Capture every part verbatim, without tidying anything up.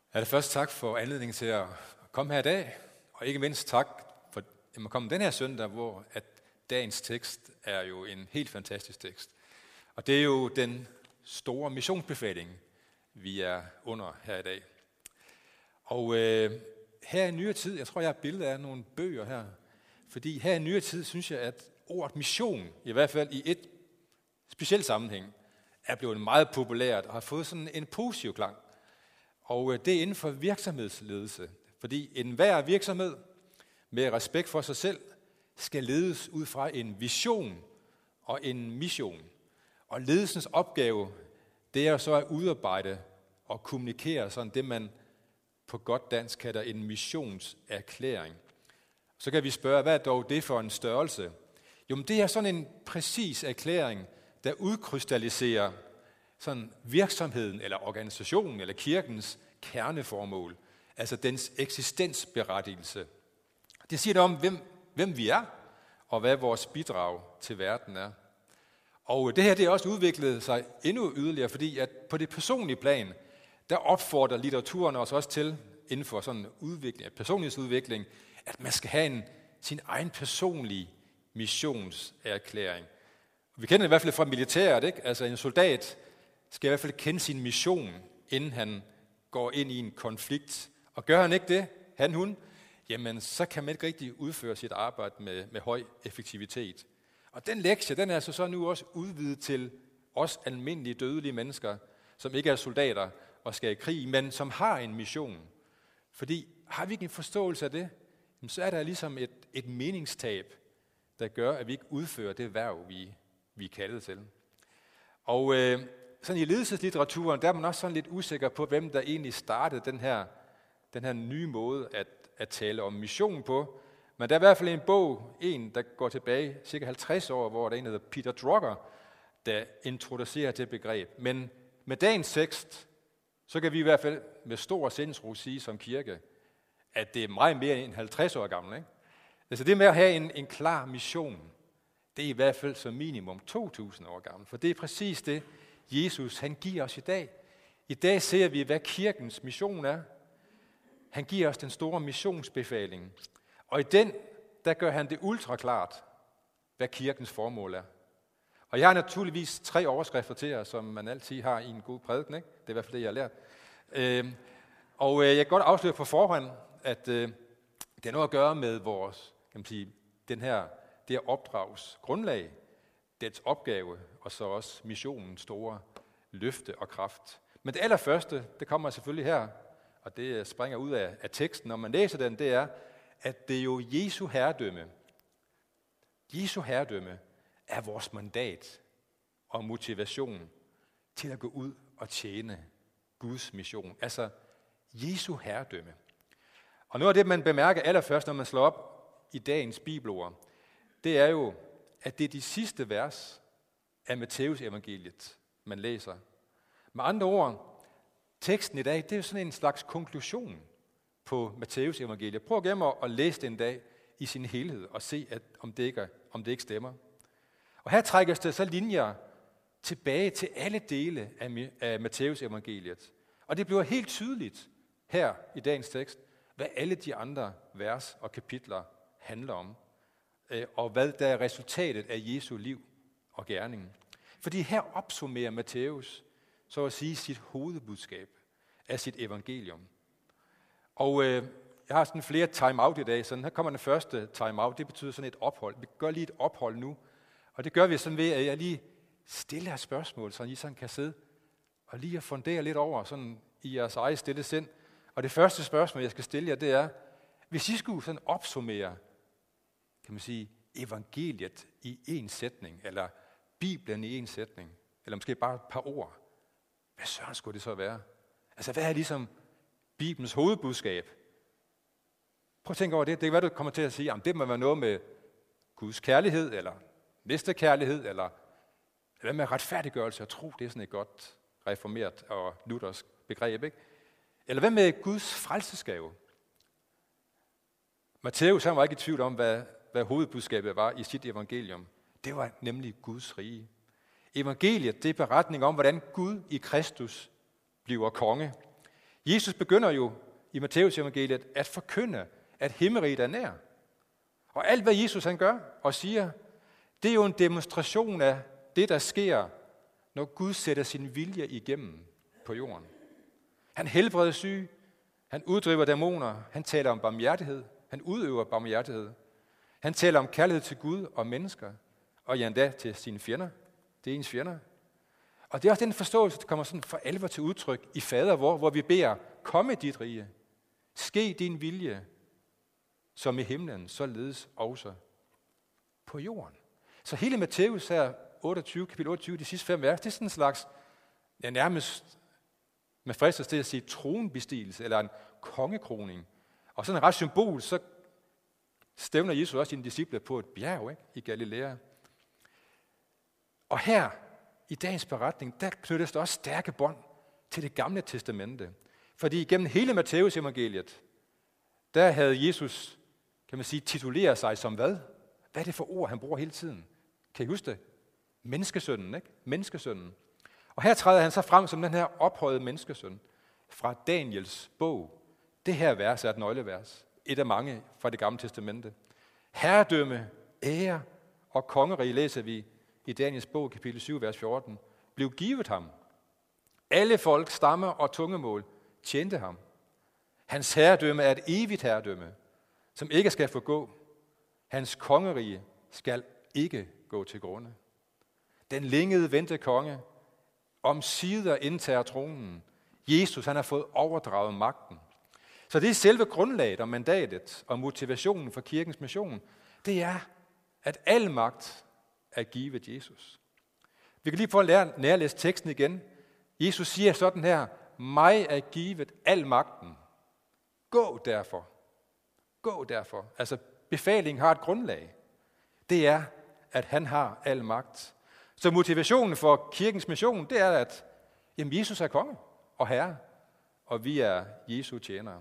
Allerførst tak for anledningen til at komme her i dag, og ikke mindst tak for at man komme den her søndag, hvor at dagens tekst er jo en helt fantastisk tekst. Og det er jo den store missionsbefaling, vi er under her i dag. Og øh, her i nyere tid, jeg tror, jeg har billeder af nogle bøger her, fordi her i nyere tid synes jeg, at ordet mission, i hvert fald i et specielt sammenhæng, er blevet meget populært og har fået sådan en positiv klang. Og det er inden for virksomhedsledelse, fordi enhver virksomhed med respekt for sig selv skal ledes ud fra en vision og en mission. Og ledelsens opgave, det er så at udarbejde og kommunikere sådan det, man på godt dansk kalder en missionserklæring. Så kan vi spørge, hvad er dog det for en størrelse? Jo, men det er sådan en præcis erklæring, der udkrystalliserer sådan virksomheden eller organisationen eller kirkens kerneformål, altså dens eksistensberettigelse. Det siger noget om, hvem, hvem vi er, og hvad vores bidrag til verden er. Og det her det er også udviklet sig endnu yderligere, fordi at på det personlige plan, der opfordrer litteraturen os også til, inden for sådan en udvikling, personlighedsudvikling, at man skal have en, sin egen personlige missionserklæring. Vi kender det i hvert fald fra militæret, ikke? Altså en soldat skal i hvert fald kende sin mission, inden han går ind i en konflikt. Og gør han ikke det, han, hun, jamen så kan man ikke rigtig udføre sit arbejde med, med høj effektivitet. Og den lektie, den er altså så nu også udvidet til os almindelige dødelige mennesker, som ikke er soldater og skal i krig, men som har en mission. Fordi har vi ikke en forståelse af det, så er der ligesom et, et meningstab, der gør, at vi ikke udfører det værv, vi, vi er kaldet til. Og øh, sådan i ledelseslitteraturen, der er man også sådan lidt usikker på, hvem der egentlig startede den her, den her nye måde at, at tale om mission på. Men der er i hvert fald en bog, en der går tilbage cirka halvtreds år, hvor der er en, der hedder Peter Drucker, der introducerer det begreb. Men med dagens tekst, så kan vi i hvert fald med stor sindsro sige som kirke, at det er meget mere end halvtreds år gammel. Ikke? Altså det med at have en, en klar mission, det er i hvert fald som minimum to tusind år gammel. For det er præcis det, Jesus han giver os i dag. I dag ser vi, hvad kirkens mission er. Han giver os den store missionsbefaling. Og i den, der gør han det ultraklart, hvad kirkens formål er. Og jeg har naturligvis tre overskrifter til jer, som man altid har i en god prædiken. Ikke? Det er i hvert fald det, jeg har lært. Øh, og jeg kan godt afsløre på forhånd, at øh, det har noget at gøre med vores, kan man sige, den her, det her opdrags grundlag, dets opgave, og så også missionens store løfte og kraft. Men det allerførste, det kommer selvfølgelig her, og det springer ud af, af teksten, når man læser den, det er, at det er jo Jesu herredømme. Jesu herredømme er vores mandat og motivation til at gå ud og tjene Guds mission. Altså Jesu herredømme. Og noget af det, man bemærker allerførst, når man slår op i dagens bibelord, det er jo, at det er de sidste vers af Matthæus evangeliet, man læser. Med andre ord, teksten i dag, det er jo sådan en slags konklusion på Matthæus evangeliet. Prøv at gemme at læse den dag i sin helhed og se, at, om, det ikke, om det ikke stemmer. Og her trækkes der så linjer tilbage til alle dele af, af Matthæus evangeliet. Og det bliver helt tydeligt her i dagens tekst, hvad alle de andre vers og kapitler handler om, og hvad der er resultatet af Jesu liv og gerning. Fordi her opsummerer Matthæus, så at sige, sit hovedbudskab af sit evangelium. Og øh, jeg har sådan flere time-out i dag, så her kommer den første time-out, det betyder sådan et ophold. Vi gør lige et ophold nu, og det gør vi sådan ved, at jeg lige stiller et spørgsmål, så I sådan kan sidde og lige fundere lidt over sådan i jeres eget stille sind. Og det første spørgsmål, jeg skal stille jer, det er, hvis I skulle sådan opsummere, kan man sige, evangeliet i en sætning, eller Bibelen i en sætning, eller måske bare et par ord, hvad søren skulle det så være? Altså, hvad er ligesom Bibelens hovedbudskab? Prøv at tænke over det. Det kan være, du kommer til at sige, at det må være noget med Guds kærlighed, eller næstekærlighed, eller hvad med retfærdiggørelse og tro? Det er sådan et godt reformeret og luthersk begreb, ikke? Eller hvad med Guds frelsesgave? Matthæus han var ikke i tvivl om, hvad, hvad hovedbudskabet var i sit evangelium. Det var nemlig Guds rige. Evangeliet, det er beretning om, hvordan Gud i Kristus bliver konge. Jesus begynder jo i Matteus evangeliet at forkynde, at himmeriget er nær. Og alt, hvad Jesus han gør og siger, det er jo en demonstration af det, der sker, når Gud sætter sin vilje igennem på jorden. Han helbreder syge, han uddriver dæmoner, han taler om barmhjertighed, han udøver barmhjertighed. Han taler om kærlighed til Gud og mennesker, og ja endda til sine fjender. Det er ens fjender. Og det er også den forståelse, der kommer sådan for alvor til udtryk i fader, hvor, hvor vi beder, komme dit rige, ske din vilje, som i himlen, således også på jorden. Så hele Matteus her, otteogtyve, kapitel otteogtyve, de sidste fem vers, det er sådan en slags, ja, nærmest, man fristes til at sige tronbestigelse, eller en kongekroning. Og sådan en ret symbol, så stævner Jesus også sine disciple på et bjerg, ikke, i Galilea. Og her, i dagens beretning, der knyttes der også stærke bånd til det gamle testamente. Fordi gennem hele Matteus evangeliet, der havde Jesus, kan man sige, tituleret sig som hvad? Hvad er det for ord, han bruger hele tiden? Kan I huske det? Menneskesønnen, ikke? Menneskesønnen. Og her træder han så frem som den her ophøjede menneskesøn fra Daniels bog. Det her vers er et nøglevers. Et af mange fra det gamle testamente. Herredømme, ære og kongerige læser vi i Daniels bog, kapitel syv, vers fjorten, blev givet ham. Alle folk, stammer og tungemål tjente ham. Hans herredømme er et evigt herredømme, som ikke skal forgå. Hans kongerige skal ikke gå til grunde. Den længede vente konge omsider indtager tronen. Jesus, han har fået overdraget magten. Så det er selve grundlaget og mandatet og motivationen for kirkens mission. Det er, at al magt er givet Jesus. Vi kan lige få at lære, nærlæse teksten igen. Jesus siger sådan her, mig er givet al magten. Gå derfor. Gå derfor. Altså befalingen har et grundlag. Det er, at han har al magt. Så motivationen for kirkens mission, det er, at jamen, Jesus er konge og herre, og vi er Jesu tjenere.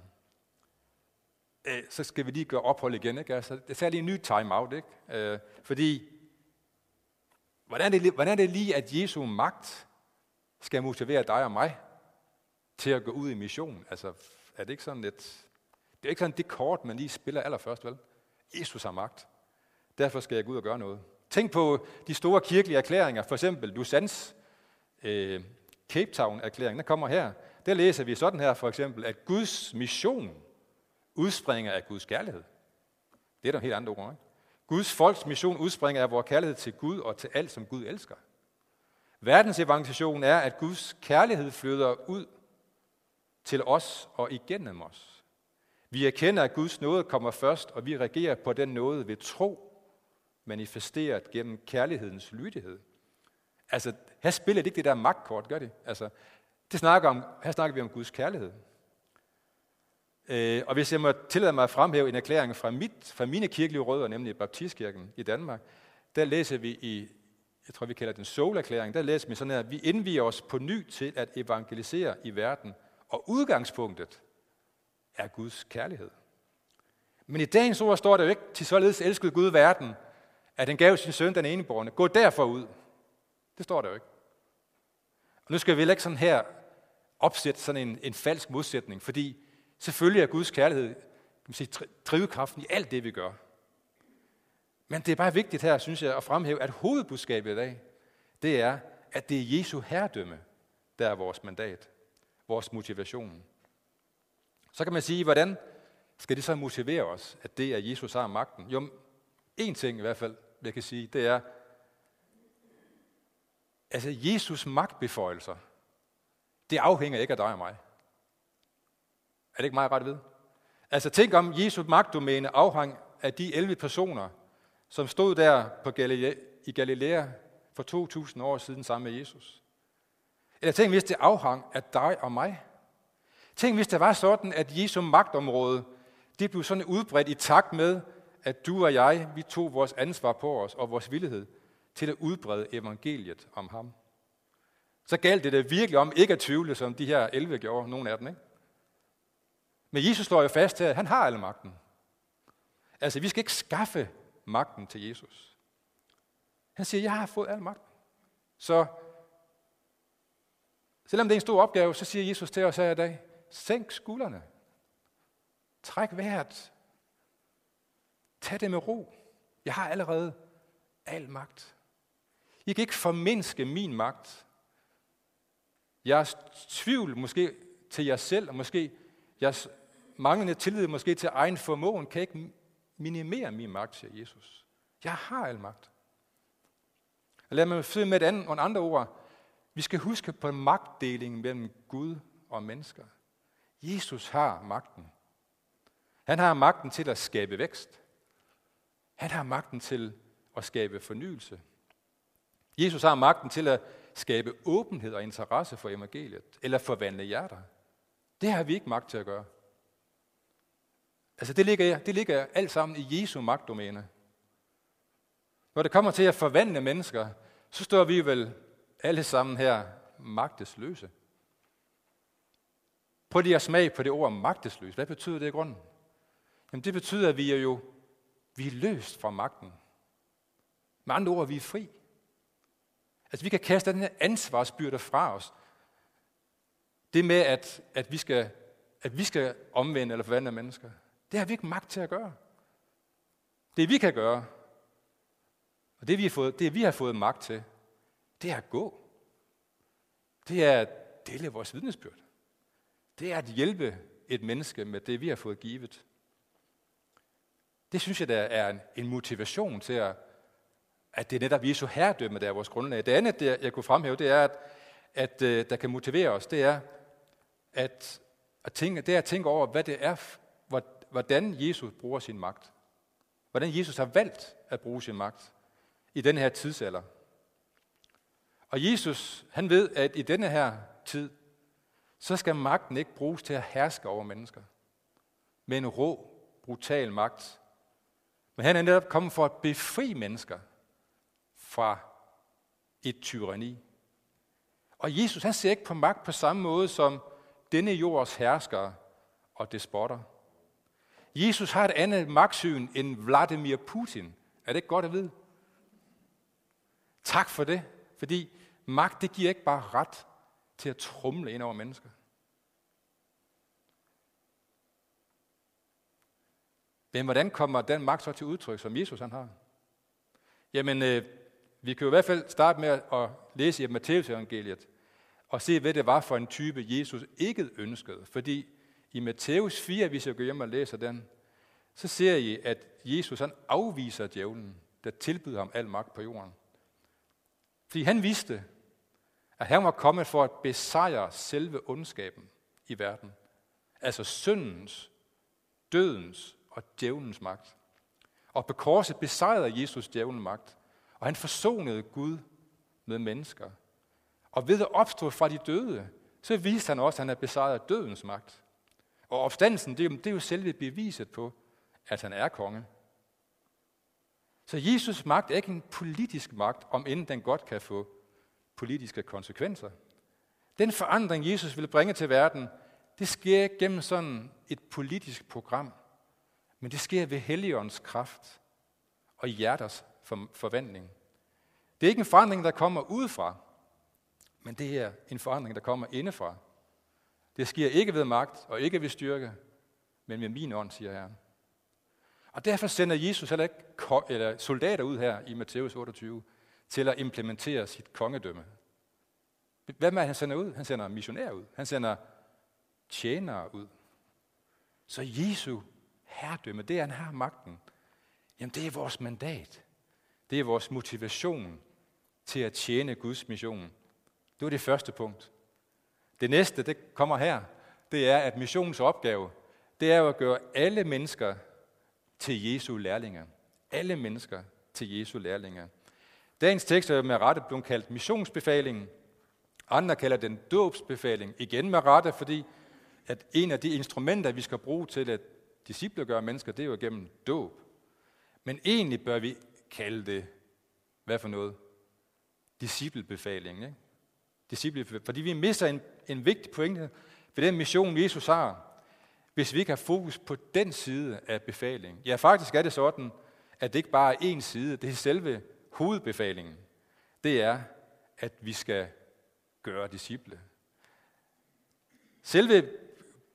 Så skal vi lige gøre ophold igen, ikke? Altså, det er lige en ny time-out, ikke? Fordi, hvordan er, det, hvordan er det lige, at Jesu magt skal motivere dig og mig til at gå ud i mission? Altså, er det ikke sådan lidt... Det er ikke sådan det kort, man lige spiller allerførst, vel? Jesus har magt. Derfor skal jeg gå ud og gøre noget. Tænk på de store kirkelige erklæringer, for eksempel Lausannes øh, Cape Town-erklæring, der kommer her. Der læser vi sådan her for eksempel, at Guds mission udspringer af Guds kærlighed. Det er der helt andre ord, ikke? Guds folks mission udspringer af vores kærlighed til Gud og til alt, som Gud elsker. Verdens evangelisation er, at Guds kærlighed flyder ud til os og igennem os. Vi erkender, at Guds nåde kommer først, og vi reagerer på den nåde ved tro, manifesteret gennem kærlighedens lydighed. Altså, her spiller det ikke det der magtkort, gør det? Altså, det snakker om, her snakker vi om Guds kærlighed. Øh, og hvis jeg må tillade mig at fremhæve en erklæring fra, mit, fra mine kirkelige rødder, nemlig Baptistkirken i Danmark, der læser vi i, jeg tror vi kalder den Soul-erklæring, der læser vi sådan her, vi indviger os på ny til at evangelisere i verden, og udgangspunktet er Guds kærlighed. Men i dagens ord står der jo ikke, til således elskede Gud verden, at han gav sin søn den enebårne. Gå derfor ud. Det står der jo ikke. Og nu skal vi vel ikke sådan her opsætte sådan en, en falsk modsætning, fordi selvfølgelig er Guds kærlighed, kan man sige, drivkraften i alt det, vi gør. Men det er bare vigtigt her, synes jeg, at fremhæve, at hovedbudskabet i dag, det er, at det er Jesu herredømme, der er vores mandat, vores motivation. Så kan man sige, hvordan skal det så motivere os, at det er Jesus har magten? Jo, en ting i hvert fald, jeg kan sige, det er, altså Jesus magtbeføjelser, det afhænger ikke af dig og mig. Er det ikke meget ret ved? Altså tænk om Jesu magtdomæne afhang af de elleve personer, som stod der på Galilea, i Galilea for to tusind år siden sammen med Jesus. Eller tænk, hvis det afhang af dig og mig. Tænk, hvis det var sådan, at Jesu magtområde, det blev sådan udbredt i takt med, at du og jeg, vi tog vores ansvar på os og vores villighed til at udbrede evangeliet om ham. Så galt det det virkelig om ikke at tvivle, som de her elleve gjorde, nogle af dem, ikke? Men Jesus slår jo fast til, at han har al magten. Altså, vi skal ikke skaffe magten til Jesus. Han siger, jeg har fået al magten. Så selvom det er en stor opgave, så siger Jesus til os her i dag, sænk skuldrene. Træk vejret. Tag det med ro. Jeg har allerede al magt. I kan ikke formindske min magt. Jeres tvivl måske til jer selv, og måske jeres manglende tillid måske til egen formåen, kan ikke minimere min magt, siger Jesus. Jeg har al magt. Og lad mig sige med et andet, nogle andre ord. Vi skal huske på magtdelingen mellem Gud og mennesker. Jesus har magten. Han har magten til at skabe vækst. Han har magten til at skabe fornyelse. Jesus har magten til at skabe åbenhed og interesse for evangeliet, eller forvandle hjerter. Det har vi ikke magt til at gøre. Altså det ligger, det ligger alt sammen i Jesu magtdomæne. Når det kommer til at forvandle mennesker, så står vi vel alle sammen her magtesløse. Prøv lige at smage på det ord magtesløs. Hvad betyder det i grunden? Jamen det betyder, at vi er jo vi er løst fra magten. Med andre ord, vi er fri. Altså vi kan kaste den her ansvarsbyrde fra os. Det med, at, at, vi skal, at vi skal omvende eller forvandle mennesker, det har vi ikke magt til at gøre. Det vi kan gøre, og det vi har fået, det vi har fået magt til, det er at gå. Det er at dele vores vidnesbyrd. Det er at hjælpe et menneske med det, vi har fået givet. Det synes jeg, der er en, en motivation til, at, at det er netop Jesu herredømme, der er vores grundlag. Det andet, det, jeg kunne fremhæve, det er, at, at der kan motivere os, det er at, at, tænke, det er at tænke over, hvad det er, hvordan Jesus bruger sin magt. Hvordan Jesus har valgt at bruge sin magt i denne her tidsalder. Og Jesus, han ved, at i denne her tid, så skal magten ikke bruges til at herske over mennesker. Med en rå, brutal magt. Men han er netop kommet for at befri mennesker fra et tyranni. Og Jesus, han ser ikke på magt på samme måde som denne jords herskere og despotter. Jesus har et andet magtsyn end Vladimir Putin. Er det ikke godt at vide? Tak for det, fordi magt, det giver ikke bare ret til at tromle ind over mennesker. Men hvordan kommer den magt så til udtryk, som Jesus han har? Jamen, øh, vi kan jo i hvert fald starte med at læse i Matteus evangeliet og se, hvad det var for en type, Jesus ikke ønskede. Fordi i Matteus fire, hvis jeg går hjem og læser den, så ser I, at Jesus han afviser djævlen, der tilbyder ham al magt på jorden. Fordi han vidste, at han var kommet for at besejre selve ondskaben i verden. Altså syndens, dødens og djævelens magt. Og på korset besejrede Jesus djævelens magt, og han forsonede Gud med mennesker. Og ved at opstå fra de døde, så viste han også, at han havde besejret dødens magt. Og opstandelsen, det er, jo, det er jo selve beviset på, at han er konge. Så Jesus magt er ikke en politisk magt, om end den godt kan få politiske konsekvenser. Den forandring, Jesus vil bringe til verden, det sker ikke gennem sådan et politisk program, men det sker ved Helligåndens kraft og hjerters forvandling. Det er ikke en forandring, der kommer udefra, men det er en forandring, der kommer indefra. Det sker ikke ved magt og ikke ved styrke, men med min ånd, siger Herren. Og derfor sender Jesus heller ikke eller soldater ud her i Matteus otteogtyve til at implementere sit kongedømme. Hvad med, han sender ud? Han sender missionærer ud. Han sender tjenere ud. Så Jesu herredømme, det er, han har magten. Jamen, det er vores mandat. Det er vores motivation til at tjene Guds mission. Det var det første punkt. Det næste, det kommer her, det er, at missionens opgave, det er jo at gøre alle mennesker til Jesu lærlinger. Alle mennesker til Jesu lærlinger. Dagens tekst er med rette blevet kaldt missionsbefalingen. Andre kalder den dåbsbefaling. Igen med rette, fordi at en af de instrumenter, vi skal bruge til at disciplegøre mennesker, det er jo gennem dåb. Men egentlig bør vi kalde det, hvad for noget? Disciplebefaling. Ikke? Disciplebefaling. Fordi vi mister en, en vigtig pointe ved den mission, Jesus har, hvis vi ikke har fokus på den side af befalingen. Ja, faktisk er det sådan, at det ikke bare er én side, det er selve hovedbefalingen. Det er, at vi skal gøre disciple. Selve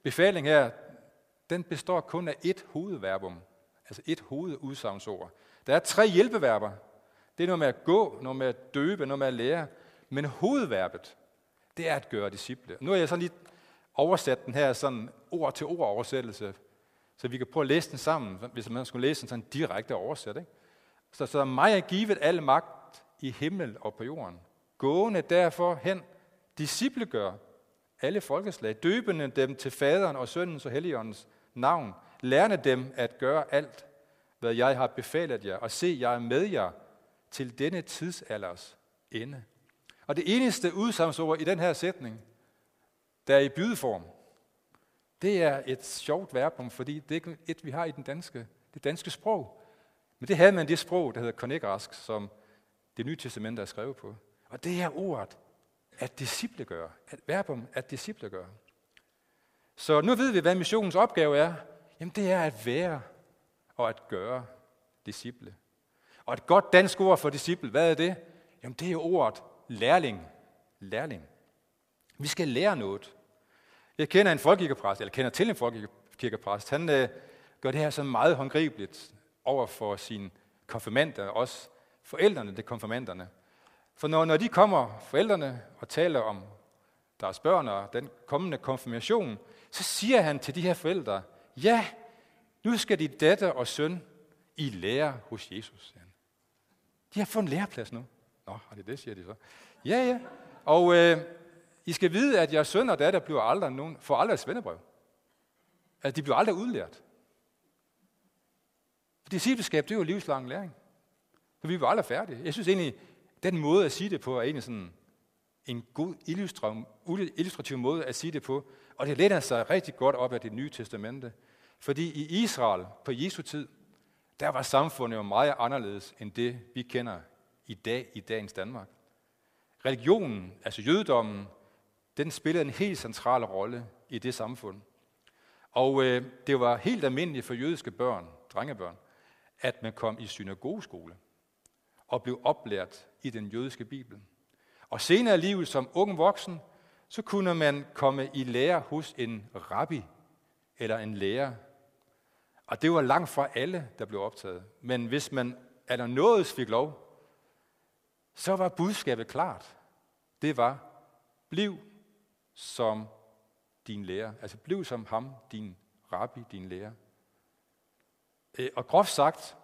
befaling her, den består kun af ét hovedverbum, altså ét hovedudsagnsord. Der er tre hjælpeverber. Det er noget med at gå, noget med at døbe, noget med at lære. Men hovedverbet, det er at gøre disciple. Nu har jeg sådan lige oversat den her sådan ord til ord oversættelse, så vi kan prøve at læse den sammen, hvis man skulle læse den sådan direkte oversat. Ikke? Så, så mig er givet al magt i himmel og på jorden. Gående derfor hen, disciplegør alle folkeslag, døbende dem til faderen og sønnens og helligåndens navn, lærende dem at gøre alt, hvad jeg har befalet jer, og se, jeg er med jer til denne tidsalders ende. Og det eneste udsagnsord i den her sætning, der er i bydeform, det er et sjovt verbum, fordi det er et, vi har i den danske, det danske sprog. Men det havde man det sprog, der hedder konægræsk, som det nye testamente er skrevet på. Og det er ordet at disciplegøre, at verbum at disciplegøre. Så nu ved vi, hvad missionens opgave er. Jamen det er at være og at gøre disciple. Og et godt dansk ord for disciple, hvad er det? Jamen det er ordet lærling. Lærling. Vi skal lære noget. Jeg kender en folkekirkepræst, eller kender til en folkekirkepræst. Han øh, gør det her så meget håndgribeligt over for sine konfirmander, også forældrene til konfirmanderne. For når, når de kommer, forældrene, og taler om deres børn og den kommende konfirmation, så siger han til de her forældre, ja, nu skal de datter og søn i lære hos Jesus. De har fået en læreplads nu. Nå, er det det, siger de så? Ja, ja. Og øh, I skal vide, at jeres søn og datter bliver aldrig nogen, får aldrig et svendebrev. Altså, de bliver aldrig udlært. For discipleskab, det er jo livslang læring. For vi bliver aldrig færdige. Jeg synes egentlig, den måde at sige det på, er egentlig sådan en god illustrativ måde at sige det på. Og det læner sig rigtig godt op af det nye testamente. Fordi i Israel på Jesu tid, der var samfundet jo meget anderledes end det, vi kender i dag i dagens Danmark. Religionen, altså jødedommen, den spillede en helt central rolle i det samfund. Og øh, det var helt almindeligt for jødiske børn, drengebørn, at man kom i synagogeskole og blev oplært i den jødiske bibel. Og senere i livet som ung voksen, så kunne man komme i lære hos en rabbi eller en lærer. Og det var langt fra alle, der blev optaget. Men hvis man allernådes fik lov, så var budskabet klart. Det var, bliv som din lærer. Altså bliv som ham, din rabbi, din lærer. Og groft sagt,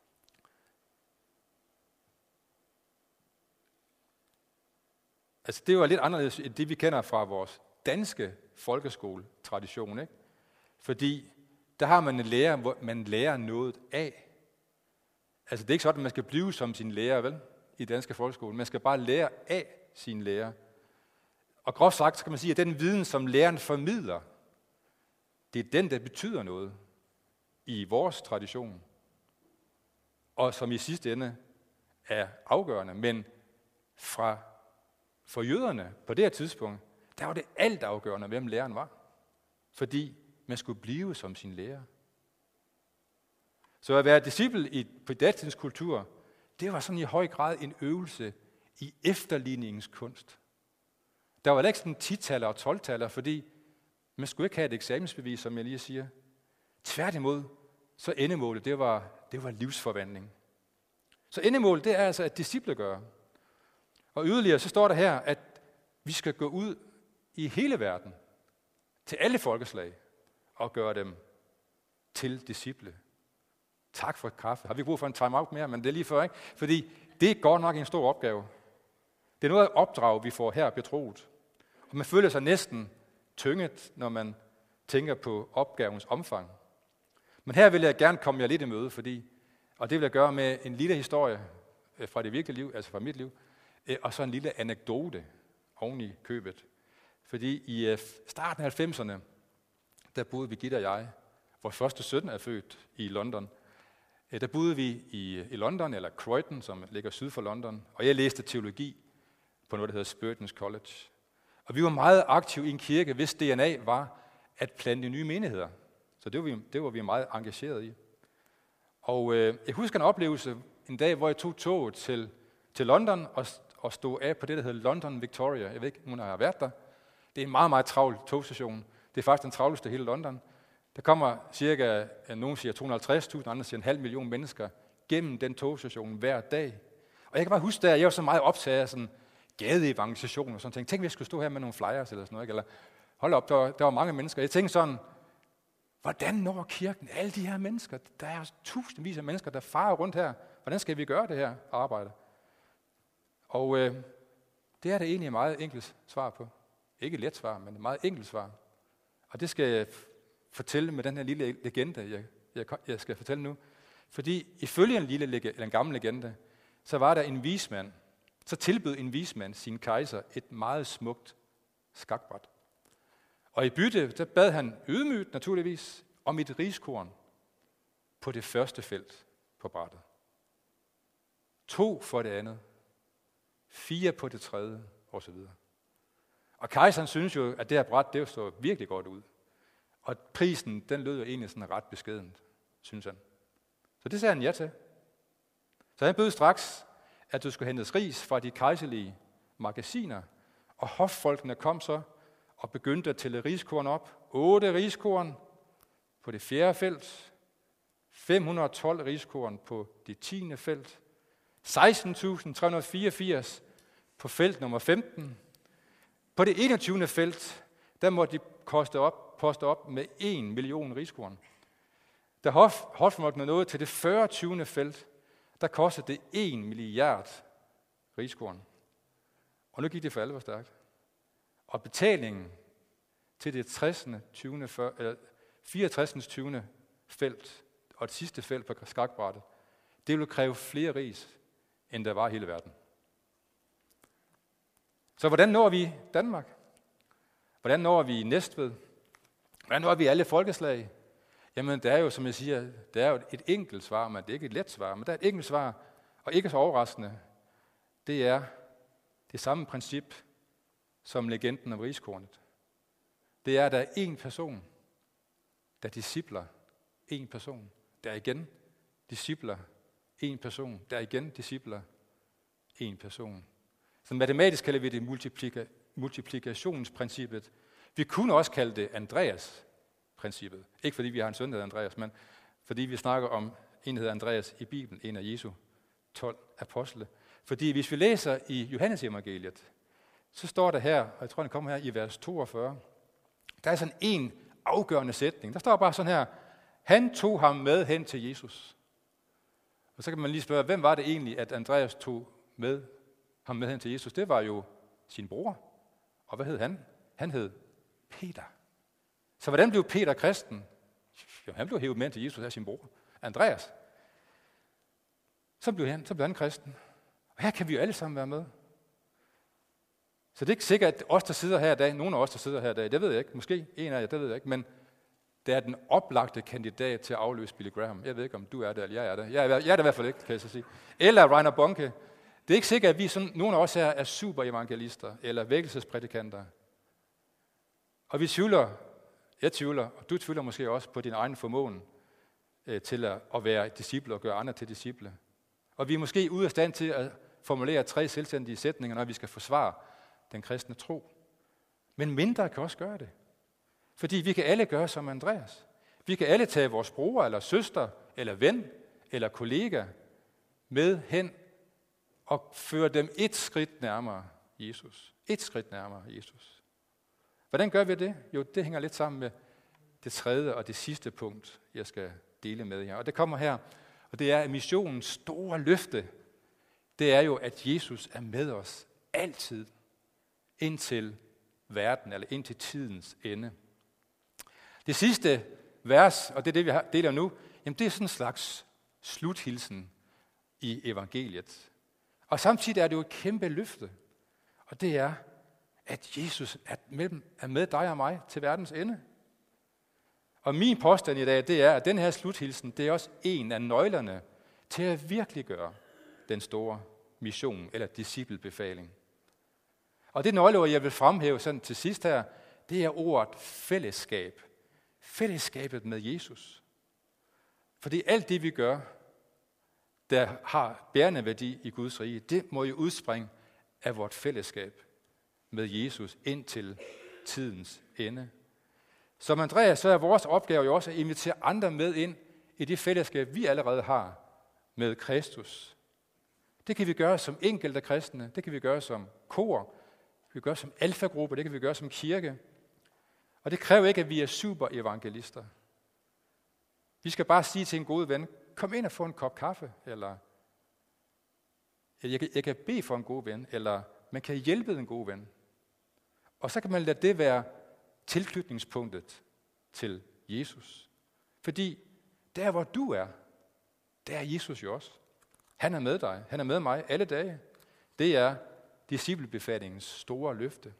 altså det var lidt anderledes end det, vi kender fra vores danske folkeskoletradition, ikke? Fordi der har man en lærer, hvor man lærer noget af. Altså det er ikke sådan, at man skal blive som sin lærer, vel? I danske folkeskole. Man skal bare lære af sin lærer. Og groft sagt, så kan man sige, at den viden, som læreren formidler, det er den, der betyder noget i vores tradition. Og som i sidste ende er afgørende. Men fra, for jøderne på det her tidspunkt, der var det alt afgørende, hvem læreren var. Fordi man skulle blive som sin lærer. Så at være disciple i, på datidens kultur, det var sådan i høj grad en øvelse i efterligningens kunst. Der var ikke sådan ti-taller og tolv-taller, fordi man skulle ikke have et eksamensbevis, som jeg lige siger. Tværtimod, så endemålet, det var, det var livsforvandling. Så endemålet, det er altså at disciplegøre. Og yderligere, så står der her, at vi skal gå ud i hele verden, til alle folkeslag, og gøre dem til disciple. Tak for et kaffe. Har vi brug for en time-out mere? Men det er lige før, ikke? Fordi det er godt nok en stor opgave. Det er noget af opdrag, vi får her betroet. Og man føler sig næsten tynget, når man tænker på opgavens omfang. Men her vil jeg gerne komme jer lidt i møde, fordi, og det vil jeg gøre med en lille historie fra det virkelige liv, altså fra mit liv, og så en lille anekdote oven i købet. Fordi i starten af halvfemserne, der boede Birgitte og jeg, vores første søn er født i London. Der boede vi i, i London, eller Croydon, som ligger syd for London, og jeg læste teologi på noget, der hedder Spurgeon's College. Og vi var meget aktive i en kirke, hvis D N A var at plante nye menigheder. Så det var vi, det var vi meget engageret i. Og øh, jeg husker en oplevelse en dag, hvor jeg tog toget til, til London og, og stod af på det, der hedder London Victoria. Jeg ved ikke, om hun har været der. Det er en meget, meget travl togstation. Det Det er faktisk den travleste i hele London. Der kommer cirka, nogen siger to hundrede og halvtreds tusind, andre siger en halv million mennesker gennem den togstation hver dag. Og jeg kan bare huske, at jeg var så meget optaget af sådan gadeevangelisation og sådan ting. Tænk, hvis jeg skulle stå her med nogle flyers eller sådan noget. Eller hold op, der var, der var mange mennesker. Jeg tænkte sådan, hvordan når kirken alle de her mennesker? Der er tusindvis af mennesker, der farer rundt her. Hvordan skal vi gøre det her arbejde? Og øh, det er det egentlig et meget enkelt svar på. Ikke et let svar, men et meget enkelt svar. Og det skal jeg fortælle med den her lille legende, jeg, jeg, jeg skal fortælle nu. Fordi ifølge en, lille, eller en gammel legende, så var der en vismand, så tilbød en vismand sin kejser et meget smukt skakbræt. Og i bytte, der bad han ydmygt naturligvis om et riskorn på det første felt på brættet. To for det andet. Fire på det tredje, og så videre. Og kejseren synes jo, at det her bræt, det så virkelig godt ud. Og prisen, den lød jo egentlig sådan ret beskedent, synes han. Så det sagde han ja til. Så han bød straks, at du skulle hentes ris fra de kejserlige magasiner, og hoffolkene kom så og begyndte at tælle riskorn op. Otte riskorn på det fjerde felt, fem hundrede og tolv riskorn på det tiende felt, seksten tusind tre hundrede og fireogfirs på felt nummer femten. På det enogtyvende felt, der måtte de koste op, poste op med en million riskorn. Da hof, hoffolkene nåede til det fyrretyvende felt, der kostede det en milliard riskorn. Og nu gik det for alvor stærkt. Og betalingen til det fireogtres tyvende felt og det sidste felt på skakbrættet, det ville kræve flere ris, end der var i hele verden. Så hvordan når vi Danmark? Hvordan når vi Næstved? Hvordan når vi alle folkeslag? Jamen, det er jo, som jeg siger, det er jo et enkelt svar, men det er ikke et let svar, men det er et enkelt svar, og ikke så overraskende. Det er det samme princip som legenden om riskornet. Det er, at der er én person, der discipler én person. Der er igen discipler én person. Der er igen discipler én person. Så matematisk kalder vi det multiplika- multiplikationsprincippet. Vi kunne også kalde det Andreas-princippet. Ikke fordi vi har en søn, der hedder Andreas, men fordi vi snakker om en, der hedder Andreas i Bibelen, en af Jesu tolv apostle. Fordi hvis vi læser i Johannes evangeliet, så står der her, og jeg tror, det kommer her i vers toogfyrre, der er sådan en afgørende sætning. Der står bare sådan her, han tog ham med hen til Jesus. Og så kan man lige spørge, hvem var det egentlig, at Andreas tog med ham med hen til Jesus? Det var jo sin bror. Og hvad hed han? Han hed Peter. Så hvordan blev Peter kristen? Jo, han blev hævet med til Jesus af sin bror, Andreas. Så blev han, så blev han kristen. Og her kan vi jo alle sammen være med. Så det er ikke sikkert, at os, der sidder her i dag, nogle af os, der sidder her i dag, det ved jeg ikke, måske en af jer, det ved jeg ikke, men det er den oplagte kandidat til at afløse Billy Graham. Jeg ved ikke, om du er der, eller jeg er der. Jeg er, jeg er der i hvert fald ikke, kan jeg så sige. Eller Rainer Bonke. Det er ikke sikkert, at vi sådan, nogle af os her er super evangelister, eller vækkelsesprædikanter. Og vi tvivler, jeg tvivler, og du tvivler måske også på din egen formåen øh, til at, at være disciple og gøre andre til disciple. Og vi er måske ude af stand til at formulere tre selvstændige sætninger, når vi skal forsvare den kristne tro. Men mindre kan også gøre det. Fordi vi kan alle gøre som Andreas. Vi kan alle tage vores bror, eller søster, eller ven, eller kollega med hen og føre dem et skridt nærmere Jesus. Et skridt nærmere Jesus. Hvordan gør vi det? Jo, det hænger lidt sammen med det tredje og det sidste punkt, jeg skal dele med jer. Og det kommer her, og det er, at missionens store løfte, det er jo, at Jesus er med os altid, indtil verden, eller indtil tidens ende. Det sidste vers, og det er det, vi deler nu, jamen det er sådan en slags sluthilsen i evangeliet. Og samtidig er det jo et kæmpe løfte, og det er, at Jesus er med, er med dig og mig til verdens ende. Og min påstand i dag, det er, at den her sluthilsen, det er også en af nøglerne til at virkeliggøre den store mission, eller disciplebefaling. Og det nøgleord, jeg vil fremhæve sådan til sidst her, det er ordet fællesskab. Fællesskabet med Jesus. Fordi alt det, vi gør, der har bærende værdi i Guds rige, det må jo udspringe af vort fællesskab med Jesus indtil tidens ende. Som Andreas, så er vores opgave jo også at invitere andre med ind i det fællesskab, vi allerede har med Kristus. Det kan vi gøre som enkelte kristne, det kan vi gøre som kor, det kan vi gøre som alfagruppe, det kan vi gøre som kirke. Og det kræver ikke, at vi er super evangelister. Vi skal bare sige til en god ven, kom ind og få en kop kaffe, eller jeg kan, jeg kan bede for en god ven, eller man kan hjælpe en god ven. Og så kan man lade det være tilknytningspunktet til Jesus. Fordi der, hvor du er, der er Jesus jo også. Han er med dig. Han er med mig alle dage. Det er disciplebefalingens store løfte.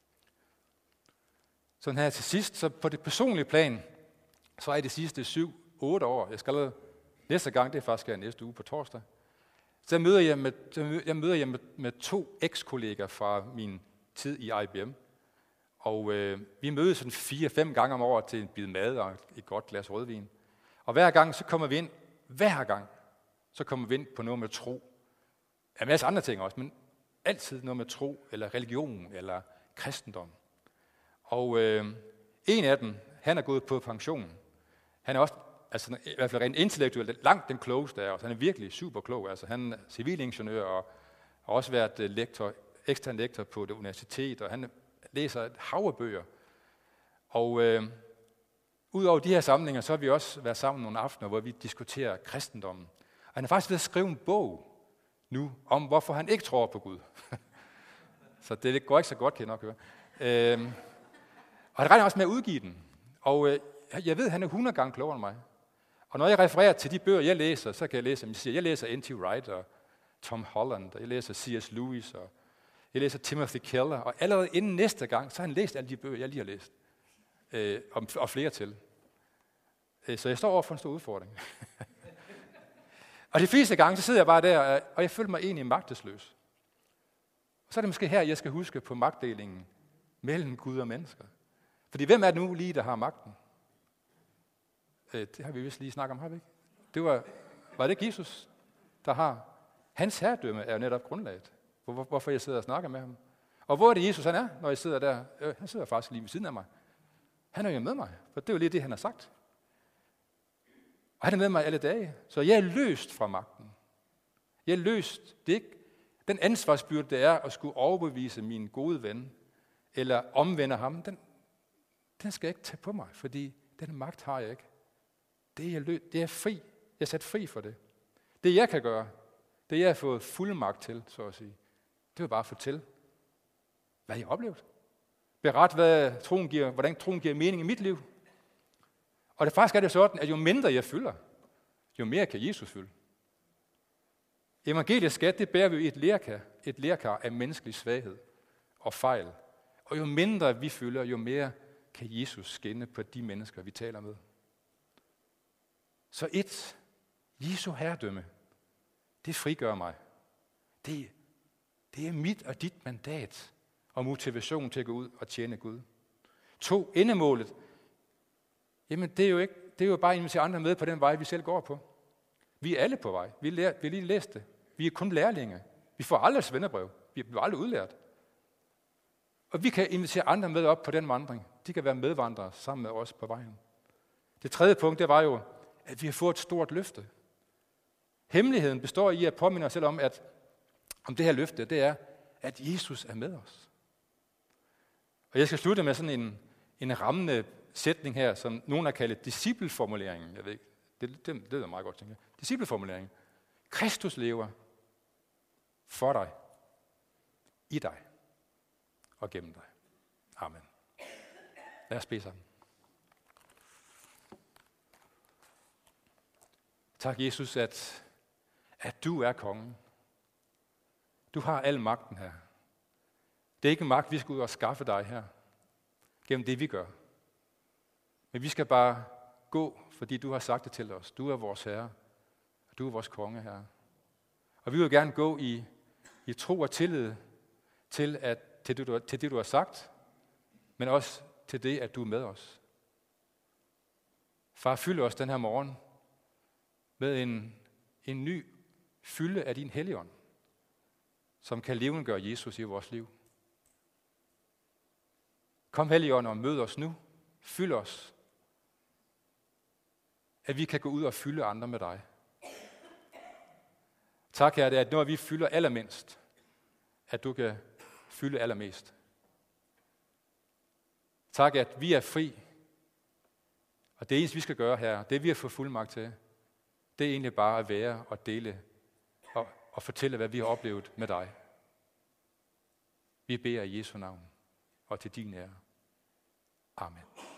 Sådan her til sidst, så på det personlige plan, så er I de sidste syv, otte år, jeg skal allerede, næste gang, det er faktisk her næste uge på torsdag, så møder jeg med, jeg møder jeg med, med to eks-kolleger fra min tid i I B M. Og øh, vi mødes sådan fire-fem gange om året til en bid mad og et godt glas rødvin. Og hver gang, så kommer vi ind, hver gang, så kommer vi ind på noget med tro. En masse andre ting også, men altid noget med tro, eller religion, eller kristendom. Og øh, en af dem, han er gået på pension. Han er også, altså i hvert fald rent intellektuelt, langt den klogeste af os. Han er virkelig super klog. Altså, han er civilingeniør og har også været lektor, ekstern lektor på det universitet, og han læser et hav af bøger. Og øh, udover de her samlinger, så har vi også været sammen nogle aftener, hvor vi diskuterer kristendommen. Og han er faktisk ved at skrive en bog nu, om hvorfor han ikke tror på Gud. Så det går ikke så godt, kan jeg nok høre. Øh, og han regner også med at udgive den. Og øh, jeg ved, at han er hundrede gange klogere end mig. Og når jeg refererer til de bøger, jeg læser, så kan jeg læse, jeg, siger, jeg læser N T Wright og Tom Holland, og jeg læser C S Lewis, og jeg læser Timothy Keller, og allerede inden næste gang, så har han læst alle de bøger, jeg lige har læst, øh, og, og flere til. Øh, så jeg står over for en stor udfordring. Og de fleste gange, så sidder jeg bare der, og jeg føler mig egentlig magtesløs. Og så er det måske her, jeg skal huske på magtdelingen mellem Gud og mennesker. Fordi hvem er det nu lige, der har magten? Øh, det har vi vist lige snakket om, har vi ikke? Det var, var det ikke Jesus, der har? Hans herredømme er jo netop grundlaget. Hvor, hvorfor jeg sidder og snakker med ham. Og hvor er det Jesus, han er, når jeg sidder der? Øh, han sidder faktisk lige ved siden af mig. Han er jo med mig, for det er jo lige det, han har sagt. Og han er med mig alle dage. Så jeg er løst fra magten. Jeg er løst. Det er ikke den ansvarsbyrde, det er at skulle overbevise min gode ven, eller omvende ham, den, den skal jeg ikke tage på mig, fordi den magt har jeg ikke. Det er jeg, lø- det er fri. Jeg er sat fri for det. Det jeg kan gøre, det jeg har fået fuld magt til, så at sige, det er bare at fortælle, hvad jeg har oplevet. Beret, hvad troen giver, hvordan troen giver mening i mit liv. Og det faktisk er det sådan, at jo mindre jeg fylder, jo mere kan Jesus fylde. Evangeliets skat, det bærer vi i et lerkar, et lerkar af menneskelig svaghed og fejl. Og jo mindre vi fylder, jo mere kan Jesus skinne på de mennesker, vi taler med. Så et, Jesu herredømme, det frigør mig. Det, det er mit og dit mandat og motivation til at gå ud og tjene Gud. To, endemålet. Jamen, det er jo, ikke, det er jo bare at invitere andre med på den vej, vi selv går på. Vi er alle på vej. Vi, lærer, vi har lige læst det. Vi er kun lærlinge. Vi får aldrig svendebrev. Vi bliver aldrig udlært. Og vi kan invitere andre med op på den vandring. De kan være medvandrere sammen med os på vejen. Det tredje punkt, det var jo, at vi har fået et stort løfte. Hemmeligheden består i at påminde os selv om, at om det her løfte, det er, at Jesus er med os. Og jeg skal slutte med sådan en, en rammende sætning her, som nogen har kaldt discipleformuleringen. Jeg ved ikke, det, det, det er meget godt, tænker jeg. Discipleformuleringen. Kristus lever for dig, i dig og gennem dig. Amen. Lad os bede sammen. Tak, Jesus, at, at du er kongen. Du har al magten her. Det er ikke en magt, vi skal ud og skaffe dig her, gennem det, vi gør. Men vi skal bare gå, fordi du har sagt det til os. Du er vores herre, og du er vores konge, herre. Og vi vil gerne gå i, i tro og tillid til, at, til, det, du, til det, du har sagt, men også til det, at du er med os. Far, fyld os den her morgen med en, en ny fylde af din Helligånd, som kan levendegøre Jesus i vores liv. Kom, Helligånd, og mød os nu Fyld os. At vi kan gå ud og fylde andre med dig. Tak, Herre, at når vi fylder allermindst, at du kan fylde allermest. Tak, at vi er fri. Og det eneste, vi skal gøre her, det vi har fået fuldmagt til, det er egentlig bare at være og dele og, og fortælle, hvad vi har oplevet med dig. Vi beder i Jesu navn og til din ære. Amen.